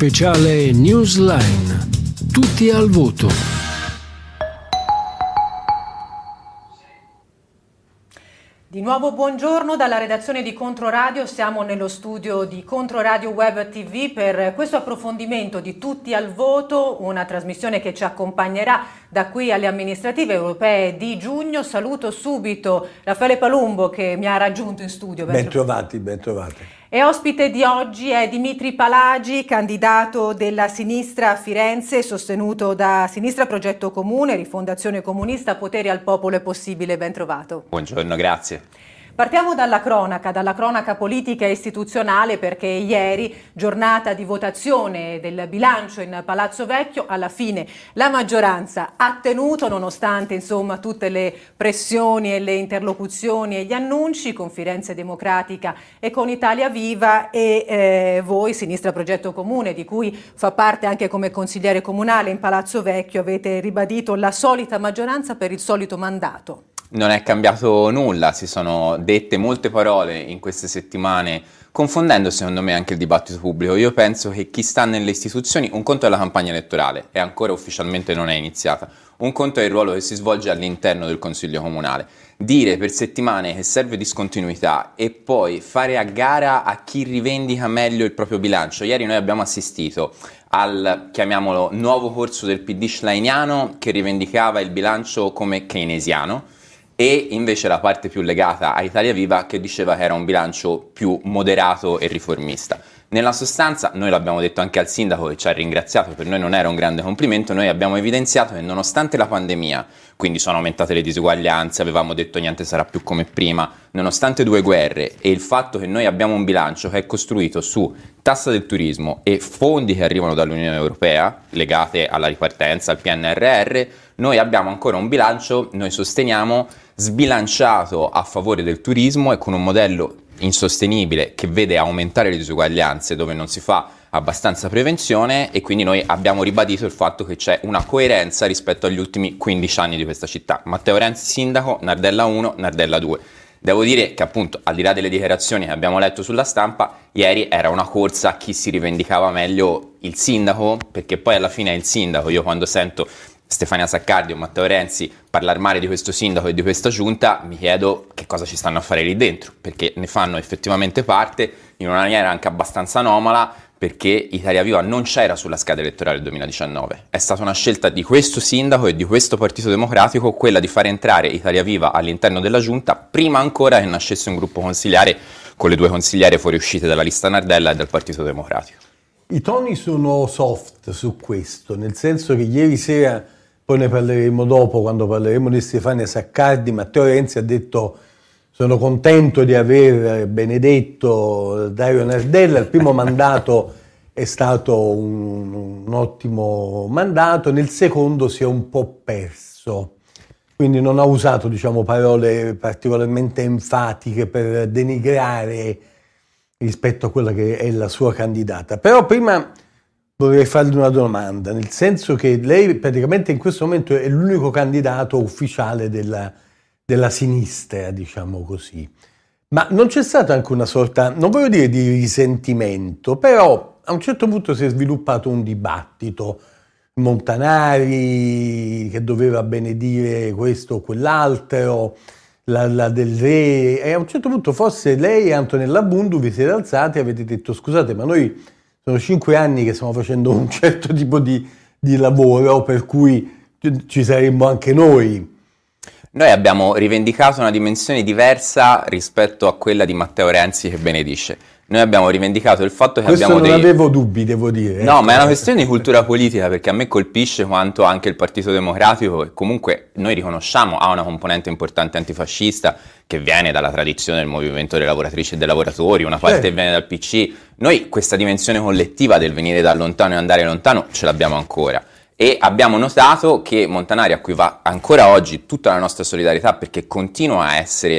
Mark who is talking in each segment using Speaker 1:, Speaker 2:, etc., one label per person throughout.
Speaker 1: speciale Newsline. Tutti al voto.
Speaker 2: Di nuovo buongiorno dalla redazione di Controradio, siamo nello studio di Controradio Web TV per questo approfondimento di Tutti al voto, una trasmissione che ci accompagnerà da qui alle amministrative europee di giugno. Saluto subito Raffaele Palumbo che mi ha raggiunto in studio.
Speaker 3: Ben trovati.
Speaker 2: E ospite di oggi è Dimitri Palagi, candidato della sinistra a Firenze, sostenuto da Sinistra Progetto Comune, Rifondazione Comunista, Potere al Popolo è Possibile. Ben trovato.
Speaker 4: Buongiorno, grazie.
Speaker 2: Partiamo dalla cronaca politica e istituzionale, perché ieri, giornata di votazione del bilancio in Palazzo Vecchio, alla fine la maggioranza ha tenuto, nonostante insomma tutte le pressioni e le interlocuzioni e gli annunci, con Firenze Democratica e con Italia Viva, e voi, Sinistra Progetto Comune, di cui fa parte anche come consigliere comunale in Palazzo Vecchio, avete ribadito la solita maggioranza per il solito mandato.
Speaker 4: Non è cambiato nulla, si sono dette molte parole in queste settimane, confondendo secondo me anche il dibattito pubblico. Io penso che chi sta nelle istituzioni, un conto è la campagna elettorale e ancora ufficialmente non è iniziata, un conto è il ruolo che si svolge all'interno del Consiglio Comunale. Dire per settimane che serve discontinuità e poi fare a gara a chi rivendica meglio il proprio bilancio. Ieri noi abbiamo assistito al, chiamiamolo, nuovo corso del PD schleiniano che rivendicava il bilancio come keynesiano, e invece la parte più legata a Italia Viva che diceva che era un bilancio più moderato e riformista. Nella sostanza, noi l'abbiamo detto anche al sindaco che ci ha ringraziato, per noi non era un grande complimento, noi abbiamo evidenziato che nonostante la pandemia, quindi sono aumentate le disuguaglianze, avevamo detto niente sarà più come prima, nonostante 2 guerre e il fatto che noi abbiamo un bilancio che è costruito su tassa del turismo e fondi che arrivano dall'Unione Europea legate alla ripartenza, al PNRR, noi abbiamo ancora un bilancio, noi sosteniamo, sbilanciato a favore del turismo e con un modello insostenibile che vede aumentare le disuguaglianze dove non si fa abbastanza prevenzione, e quindi noi abbiamo ribadito il fatto che c'è una coerenza rispetto agli ultimi 15 anni di questa città. Matteo Renzi sindaco, Nardella 1, Nardella 2. Devo dire che appunto, al di là delle dichiarazioni che abbiamo letto sulla stampa, ieri era una corsa a chi si rivendicava meglio il sindaco, perché poi alla fine è il sindaco. Io quando sento Stefania Saccardi o Matteo Renzi parlare male di questo sindaco e di questa giunta, mi chiedo che cosa ci stanno a fare lì dentro, perché ne fanno effettivamente parte in una maniera anche abbastanza anomala, perché Italia Viva non c'era sulla scheda elettorale del 2019. È stata una scelta di questo sindaco e di questo Partito Democratico quella di fare entrare Italia Viva all'interno della giunta prima ancora che nascesse un gruppo consigliare con le 2 consigliere fuoriuscite dalla lista Nardella e del Partito Democratico.
Speaker 3: I toni sono soft su questo, nel senso che ieri sera, poi ne parleremo dopo quando parleremo di Stefania Saccardi, Matteo Renzi ha detto: sono contento di aver benedetto Dario Nardella, il primo mandato è stato un ottimo mandato, nel secondo si è un po' perso, quindi non ha usato parole particolarmente enfatiche per denigrare rispetto a quella che è la sua candidata. Però prima vorrei fargli una domanda, nel senso che lei praticamente in questo momento è l'unico candidato ufficiale della sinistra, diciamo così. Ma non c'è stata anche una sorta, non voglio dire di risentimento, però a un certo punto si è sviluppato un dibattito, Montanari che doveva benedire questo o quell'altro, la del re, e a un certo punto forse lei e Antonella Bundu vi siete alzati e avete detto: scusate, ma noi sono 5 anni che stiamo facendo un certo tipo di lavoro, per cui ci saremmo anche noi.
Speaker 4: Noi abbiamo rivendicato una dimensione diversa rispetto a quella di Matteo Renzi che benedice. Noi abbiamo rivendicato il fatto che
Speaker 3: questo
Speaker 4: abbiamo
Speaker 3: non avevo dubbi, devo dire.
Speaker 4: No, ma è una questione di cultura politica, perché a me colpisce quanto anche il Partito Democratico, e comunque noi riconosciamo, ha una componente importante antifascista che viene dalla tradizione del movimento delle lavoratrici e dei lavoratori, una parte viene dal PC. Noi questa dimensione collettiva del venire da lontano e andare lontano ce l'abbiamo ancora. E abbiamo notato che Montanari, a cui va ancora oggi tutta la nostra solidarietà perché continua a essere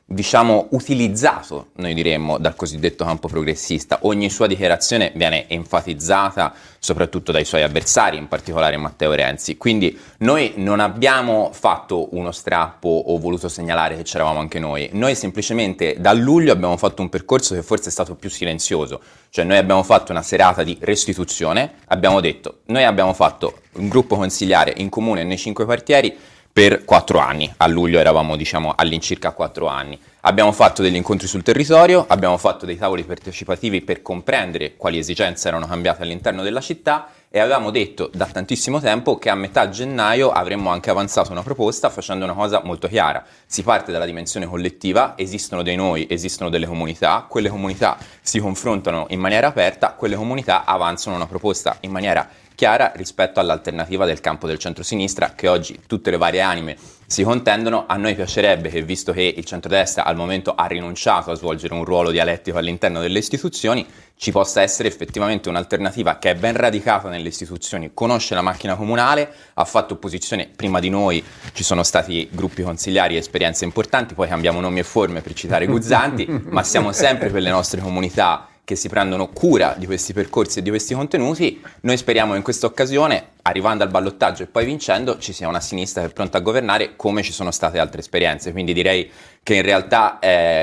Speaker 4: diciamo, utilizzato, noi diremmo, dal cosiddetto campo progressista. Ogni sua dichiarazione viene enfatizzata soprattutto dai suoi avversari, in particolare Matteo Renzi. Quindi noi non abbiamo fatto uno strappo o voluto segnalare che c'eravamo anche noi. Noi semplicemente da luglio abbiamo fatto un percorso che forse è stato più silenzioso. Cioè noi abbiamo fatto una serata di restituzione, abbiamo detto, noi abbiamo fatto un gruppo consigliare in comune nei 5 quartieri per 4 anni, a luglio eravamo diciamo all'incirca 4 anni. Abbiamo fatto degli incontri sul territorio, abbiamo fatto dei tavoli partecipativi per comprendere quali esigenze erano cambiate all'interno della città e avevamo detto da tantissimo tempo che a metà gennaio avremmo anche avanzato una proposta facendo una cosa molto chiara. Si parte dalla dimensione collettiva, esistono dei noi, esistono delle comunità, quelle comunità si confrontano in maniera aperta, quelle comunità avanzano una proposta in maniera chiara rispetto all'alternativa del campo del centro-sinistra che oggi tutte le varie anime si contendono. A noi piacerebbe che, visto che il centrodestra al momento ha rinunciato a svolgere un ruolo dialettico all'interno delle istituzioni, ci possa essere effettivamente un'alternativa che è ben radicata nelle istituzioni, conosce la macchina comunale, ha fatto opposizione prima di noi, ci sono stati gruppi consigliari e esperienze importanti, poi cambiamo nomi e forme per citare Guzzanti, ma siamo sempre per le nostre comunità che si prendono cura di questi percorsi e di questi contenuti. Noi speriamo in questa occasione, arrivando al ballottaggio e poi vincendo, ci sia una sinistra che è pronta a governare come ci sono state altre esperienze. Quindi direi che in realtà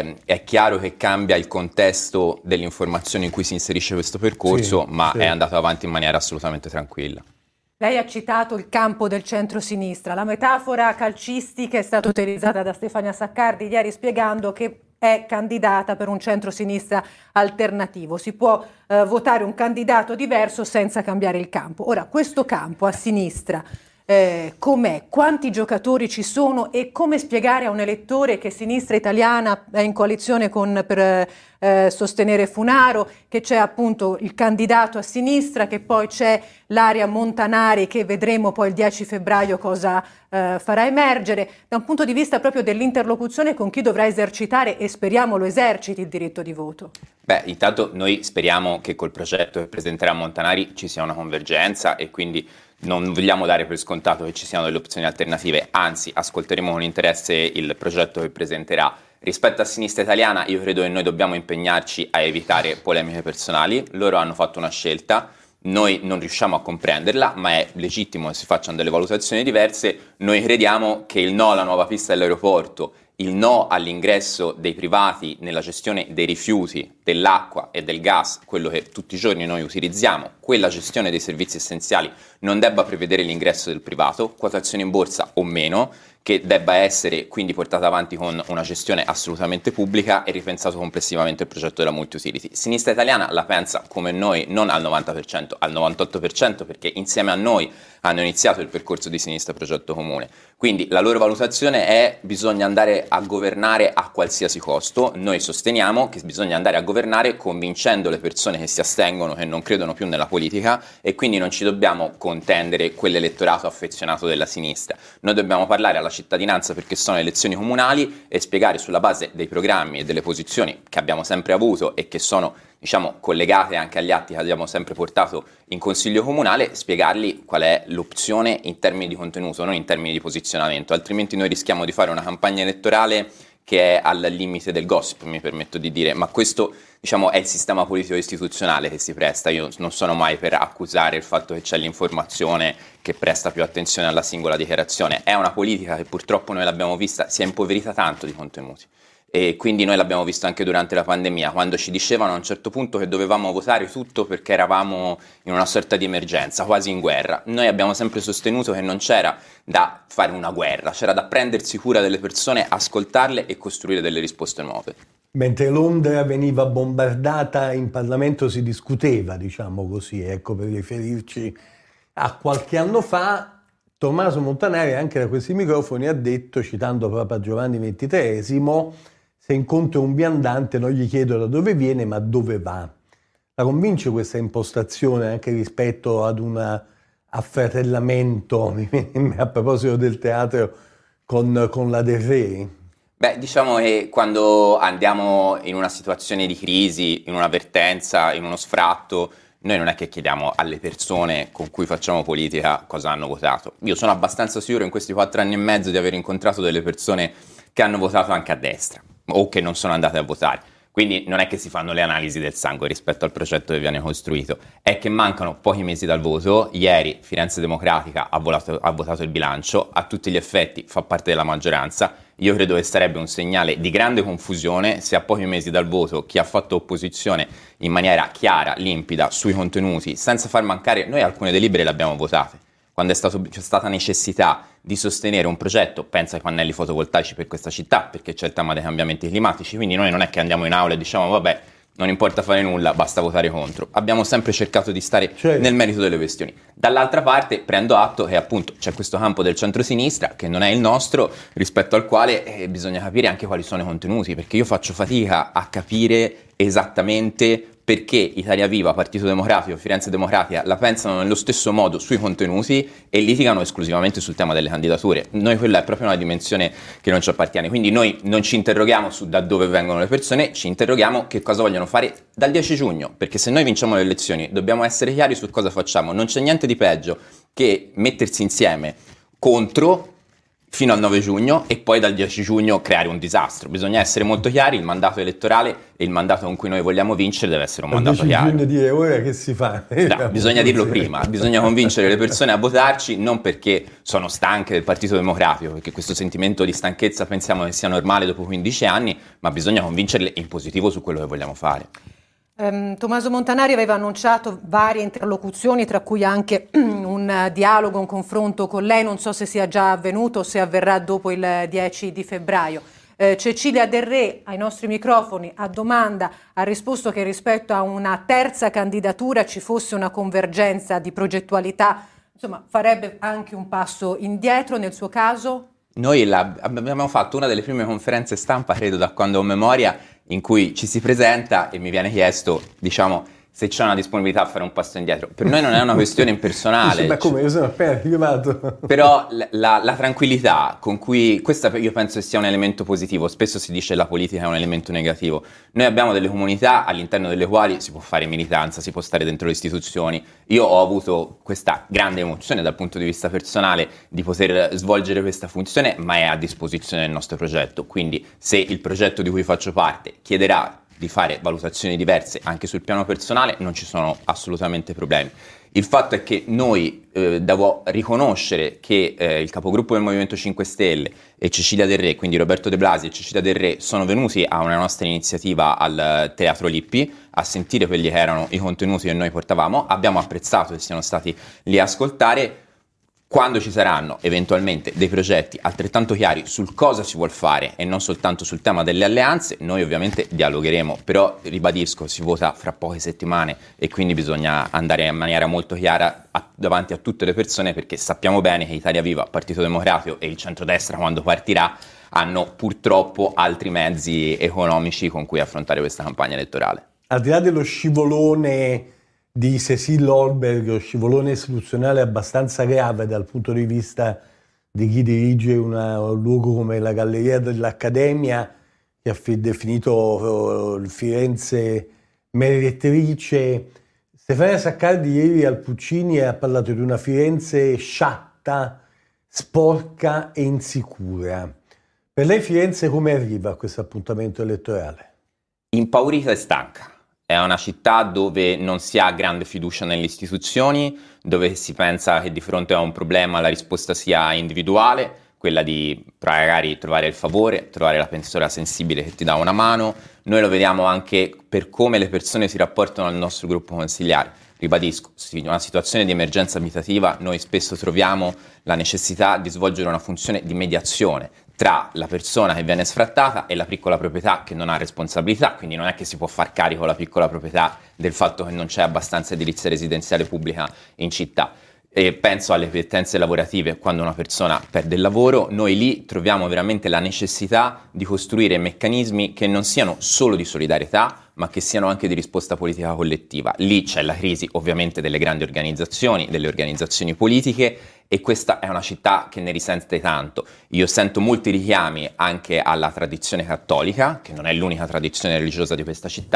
Speaker 4: è chiaro che cambia il contesto dell'informazione in cui si inserisce questo percorso, ma è andato avanti in maniera assolutamente tranquilla.
Speaker 2: Lei ha citato il campo del centro-sinistra. La metafora calcistica è stata utilizzata da Stefania Saccardi ieri spiegando che è candidata per un centro-sinistra alternativo. Si può votare un candidato diverso senza cambiare il campo. Ora, questo campo a sinistra com'è? Quanti giocatori ci sono e come spiegare a un elettore che Sinistra Italiana è in coalizione per sostenere Funaro, che c'è appunto il candidato a sinistra, che poi c'è l'area Montanari che vedremo poi il 10 febbraio cosa farà emergere, da un punto di vista proprio dell'interlocuzione con chi dovrà esercitare, e speriamo lo eserciti, il diritto di voto?
Speaker 4: Beh, intanto noi speriamo che col progetto che presenterà Montanari ci sia una convergenza e quindi non vogliamo dare per scontato che ci siano delle opzioni alternative, anzi ascolteremo con interesse il progetto che presenterà. Rispetto a Sinistra Italiana io credo che noi dobbiamo impegnarci a evitare polemiche personali, loro hanno fatto una scelta, noi non riusciamo a comprenderla, ma è legittimo che si facciano delle valutazioni diverse. Noi crediamo che il no alla nuova pista dell'aeroporto, il no all'ingresso dei privati nella gestione dei rifiuti, dell'acqua e del gas, quello che tutti i giorni noi utilizziamo, quella gestione dei servizi essenziali non debba prevedere l'ingresso del privato, quotazione in borsa o meno, che debba essere quindi portata avanti con una gestione assolutamente pubblica e ripensato complessivamente il progetto della multi-utility. Sinistra Italiana la pensa come noi, non al 90%, al 98%, perché insieme a noi hanno iniziato il percorso di Sinistra Progetto Comune. Quindi la loro valutazione è: bisogna andare a governare a qualsiasi costo. Noi sosteniamo che bisogna andare a governare convincendo le persone che si astengono, che non credono più nella politica, e quindi non ci dobbiamo contendere quell'elettorato affezionato della sinistra. Noi dobbiamo parlare alla cittadinanza perché sono elezioni comunali e spiegare sulla base dei programmi e delle posizioni che abbiamo sempre avuto e che sono, diciamo, collegate anche agli atti che abbiamo sempre portato in Consiglio Comunale, spiegargli qual è l'opzione in termini di contenuto, non in termini di posizionamento, altrimenti noi rischiamo di fare una campagna elettorale che è al limite del gossip, mi permetto di dire, ma questo, diciamo, è il sistema politico istituzionale che si presta. Io non sono mai per accusare il fatto che c'è l'informazione che presta più attenzione alla singola dichiarazione, è una politica che purtroppo noi l'abbiamo vista, si è impoverita tanto di contenuti. E quindi noi l'abbiamo visto anche durante la pandemia, quando ci dicevano a un certo punto che dovevamo votare tutto perché eravamo in una sorta di emergenza, quasi in guerra. Noi abbiamo sempre sostenuto che non c'era da fare una guerra, c'era da prendersi cura delle persone, ascoltarle e costruire delle risposte nuove.
Speaker 3: Mentre Londra veniva bombardata, in Parlamento si discuteva, diciamo così, ecco, per riferirci a qualche anno fa. Tommaso Montanari anche da questi microfoni ha detto, citando Papa Giovanni XXIII, se incontro un viandante non gli chiedo da dove viene ma dove va. La convince questa impostazione anche rispetto ad un affratellamento, a proposito del teatro, con la Del Re?
Speaker 4: Beh, diciamo che quando andiamo in una situazione di crisi, in una vertenza, in uno sfratto, noi non è che chiediamo alle persone con cui facciamo politica cosa hanno votato. Io sono abbastanza sicuro in questi 4 anni e mezzo di aver incontrato delle persone che hanno votato anche a destra. o che non sono andate a votare. Quindi non è che si fanno le analisi del sangue rispetto al progetto che viene costruito, è che mancano pochi mesi dal voto. Ieri Firenze Democratica ha votato il bilancio, a tutti gli effetti fa parte della maggioranza. Io credo che sarebbe un segnale di grande confusione se a pochi mesi dal voto chi ha fatto opposizione in maniera chiara, limpida, sui contenuti, senza far mancare, noi alcune delibere le abbiamo votate. Quando c'è stata necessità di sostenere un progetto, pensa ai pannelli fotovoltaici per questa città, perché c'è il tema dei cambiamenti climatici, quindi noi non è che andiamo in aula e diciamo vabbè, non importa fare nulla, basta votare contro. Abbiamo sempre cercato di stare nel merito delle questioni. Dall'altra parte prendo atto che appunto c'è questo campo del centro-sinistra, che non è il nostro, rispetto al quale bisogna capire anche quali sono i contenuti, perché io faccio fatica a capire esattamente perché Italia Viva, Partito Democratico, Firenze Democratica la pensano nello stesso modo sui contenuti e litigano esclusivamente sul tema delle candidature. Noi quella è proprio una dimensione che non ci appartiene, quindi noi non ci interroghiamo su da dove vengono le persone, ci interroghiamo che cosa vogliono fare dal 10 giugno, perché se noi vinciamo le elezioni dobbiamo essere chiari su cosa facciamo. Non c'è niente di peggio che mettersi insieme contro fino al 9 giugno e poi dal 10 giugno creare un disastro. Bisogna essere molto chiari, il mandato elettorale e il mandato con cui noi vogliamo vincere deve essere un mandato chiaro.
Speaker 3: Il 10 giugno dire ora che si fa?
Speaker 4: No, bisogna dirlo prima, bisogna convincere le persone a votarci, non perché sono stanche del Partito Democratico, perché questo sentimento di stanchezza pensiamo che sia normale dopo 15 anni, ma bisogna convincerle in positivo su quello che vogliamo fare.
Speaker 2: Tommaso Montanari aveva annunciato varie interlocuzioni, tra cui anche un dialogo, un confronto con lei. Non so se sia già avvenuto o se avverrà dopo il 10 di febbraio. Cecilia Del Re, ai nostri microfoni, a domanda, ha risposto che rispetto a una terza candidatura ci fosse una convergenza di progettualità, insomma farebbe anche un passo indietro. Nel suo caso?
Speaker 4: Noi abbiamo fatto una delle prime conferenze stampa, credo da quando ho memoria, in cui ci si presenta e mi viene chiesto, diciamo, se c'è una disponibilità a fare un passo indietro. Per noi non è una questione impersonale.
Speaker 3: Ma come? Io sono appena arrivato.
Speaker 4: Però la tranquillità con cui, questa io penso che sia un elemento positivo, spesso si dice che la politica è un elemento negativo. Noi abbiamo delle comunità all'interno delle quali si può fare militanza, si può stare dentro le istituzioni. Io ho avuto questa grande emozione dal punto di vista personale di poter svolgere questa funzione, ma è a disposizione del nostro progetto. Quindi se il progetto di cui faccio parte chiederà di fare valutazioni diverse anche sul piano personale, non ci sono assolutamente problemi. Il fatto è che noi devo riconoscere che il capogruppo del Movimento 5 Stelle e Cecilia Del Re, quindi Roberto De Blasi e Cecilia Del Re, sono venuti a una nostra iniziativa al Teatro Lippi a sentire quelli che erano i contenuti che noi portavamo. Abbiamo apprezzato che siano stati lì a ascoltare. Quando ci saranno eventualmente dei progetti altrettanto chiari sul cosa si vuol fare e non soltanto sul tema delle alleanze, noi ovviamente dialogheremo, però ribadisco, si vota fra poche settimane e quindi bisogna andare in maniera molto chiara davanti a tutte le persone, perché sappiamo bene che Italia Viva, Partito Democratico e il centrodestra quando partirà hanno purtroppo altri mezzi economici con cui affrontare questa campagna elettorale.
Speaker 3: Al di là dello scivolone di Cécile Holberg, lo scivolone istituzionale abbastanza grave dal punto di vista di chi dirige un luogo come la Galleria dell'Accademia, che ha definito Firenze meretrice. Stefania Saccardi ieri al Puccini ha parlato di una Firenze sciatta, sporca e insicura. Per lei Firenze come arriva a questo appuntamento elettorale?
Speaker 4: Impaurita e stanca. È una città dove non si ha grande fiducia nelle istituzioni, dove si pensa che di fronte a un problema la risposta sia individuale, quella di magari trovare il favore, trovare la persona sensibile che ti dà una mano. Noi lo vediamo anche per come le persone si rapportano al nostro gruppo consigliare. Ribadisco, in una situazione di emergenza abitativa noi spesso troviamo la necessità di svolgere una funzione di mediazione tra la persona che viene sfrattata e la piccola proprietà che non ha responsabilità, quindi non è che si può far carico la piccola proprietà del fatto che non c'è abbastanza edilizia residenziale pubblica in città. E penso alle vertenze lavorative, quando una persona perde il lavoro, noi lì troviamo veramente la necessità di costruire meccanismi che non siano solo di solidarietà, ma che siano anche di risposta politica collettiva. Lì c'è la crisi ovviamente delle grandi organizzazioni, delle organizzazioni politiche, e questa è una città che ne risente tanto. Io sento molti richiami anche alla tradizione cattolica, che non è l'unica tradizione religiosa di questa città,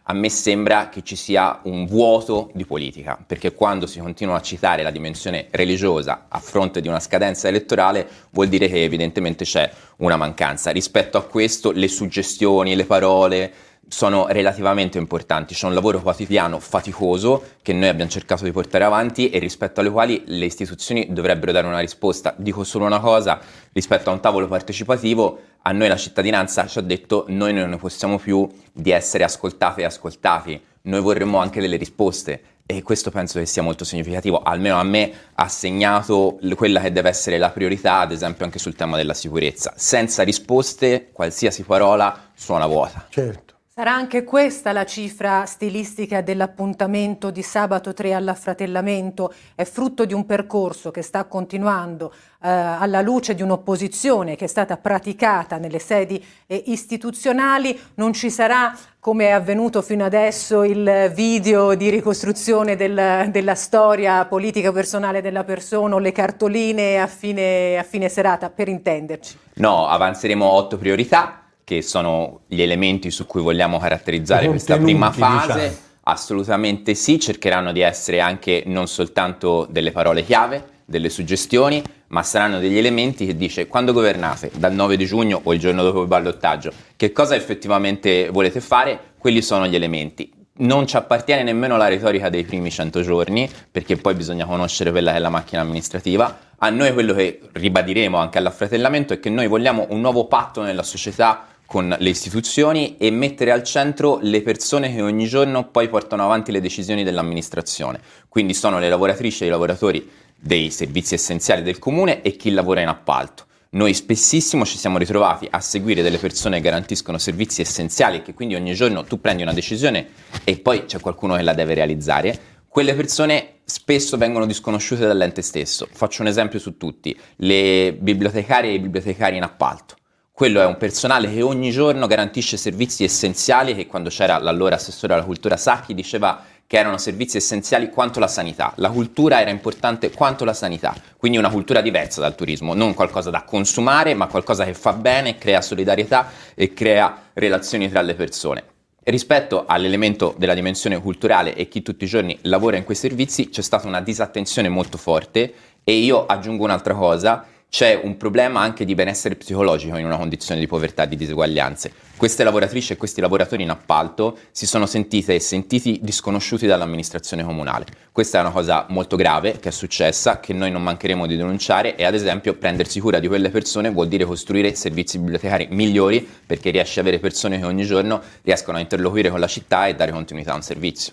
Speaker 4: a me sembra che ci sia un vuoto di politica, perché quando si continua a citare la dimensione religiosa a fronte di una scadenza elettorale vuol dire che evidentemente c'è una mancanza. Rispetto a questo le suggestioni, le parole sono relativamente importanti, c'è un lavoro quotidiano faticoso che noi abbiamo cercato di portare avanti e rispetto alle quali le istituzioni dovrebbero dare una risposta. Dico solo una cosa, rispetto a un tavolo partecipativo, a noi la cittadinanza ci ha detto noi non ne possiamo più di essere ascoltate e ascoltati, noi vorremmo anche delle risposte e questo penso che sia molto significativo, almeno a me ha segnato quella che deve essere la priorità, ad esempio anche sul tema della sicurezza. Senza risposte qualsiasi parola suona vuota.
Speaker 3: Certo.
Speaker 2: Sarà anche questa la cifra stilistica dell'appuntamento di sabato 3 all'affratellamento? È frutto di un percorso che sta continuando alla luce di un'opposizione che è stata praticata nelle sedi istituzionali. Non ci sarà, come è avvenuto fino adesso, il video di ricostruzione della storia politica personale della persona o le cartoline a fine serata, per intenderci?
Speaker 4: No, avanzeremo 8 priorità, che sono gli elementi su cui vogliamo caratterizzare questa prima fase, diciamo. Assolutamente sì, cercheranno di essere anche non soltanto delle parole chiave, delle suggestioni, ma saranno degli elementi che dice quando governate, dal 9 di giugno o il giorno dopo il ballottaggio, che cosa effettivamente volete fare, quelli sono gli elementi. Non ci appartiene nemmeno la retorica dei primi 100 giorni, perché poi bisogna conoscere quella che è la macchina amministrativa. A noi quello che ribadiremo anche all'affratellamento è che noi vogliamo un nuovo patto nella società con le istituzioni e mettere al centro le persone che ogni giorno poi portano avanti le decisioni dell'amministrazione. Quindi sono le lavoratrici e i lavoratori dei servizi essenziali del comune e chi lavora in appalto. Noi spessissimo ci siamo ritrovati a seguire delle persone che garantiscono servizi essenziali e che quindi ogni giorno tu prendi una decisione e poi c'è qualcuno che la deve realizzare. Quelle persone spesso vengono disconosciute dall'ente stesso. Faccio un esempio su tutti: le bibliotecarie e i bibliotecari in appalto. Quello è un personale che ogni giorno garantisce servizi essenziali che quando c'era l'allora assessore alla cultura Sacchi diceva che erano servizi essenziali quanto la sanità. La cultura era importante quanto la sanità, quindi una cultura diversa dal turismo, non qualcosa da consumare, ma qualcosa che fa bene, crea solidarietà e crea relazioni tra le persone. Rispetto all'elemento della dimensione culturale e chi tutti i giorni lavora in quei servizi c'è stata una disattenzione molto forte e io aggiungo un'altra cosa. C'è un problema anche di benessere psicologico in una condizione di povertà e di diseguaglianze. Queste lavoratrici e questi lavoratori in appalto si sono sentite e sentiti disconosciuti dall'amministrazione comunale. Questa è una cosa molto grave che è successa, che noi non mancheremo di denunciare e ad esempio prendersi cura di quelle persone vuol dire costruire servizi bibliotecari migliori perché riesce ad avere persone che ogni giorno riescono a interloquire con la città e dare continuità a un servizio.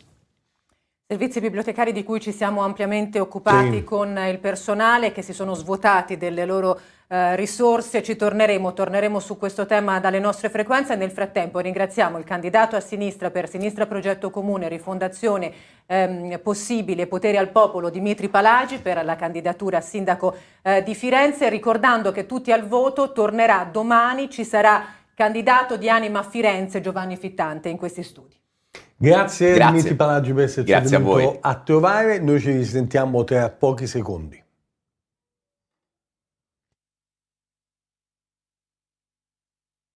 Speaker 2: Servizi bibliotecari di cui ci siamo ampiamente occupati con il personale, che si sono svuotati delle loro risorse. Ci torneremo su questo tema dalle nostre frequenze. Nel frattempo ringraziamo il candidato a sinistra per Sinistra Progetto Comune, Rifondazione Possibile, Potere al Popolo, Dimitri Palagi, per la candidatura a sindaco di Firenze, ricordando che Tutti al voto tornerà domani. Ci sarà candidato di Anima a Firenze, Giovanni Fittante, in questi studi.
Speaker 3: Grazie. Dimitri Palagi per esserci
Speaker 4: venuto
Speaker 3: a trovare. Noi ci risentiamo tra pochi secondi.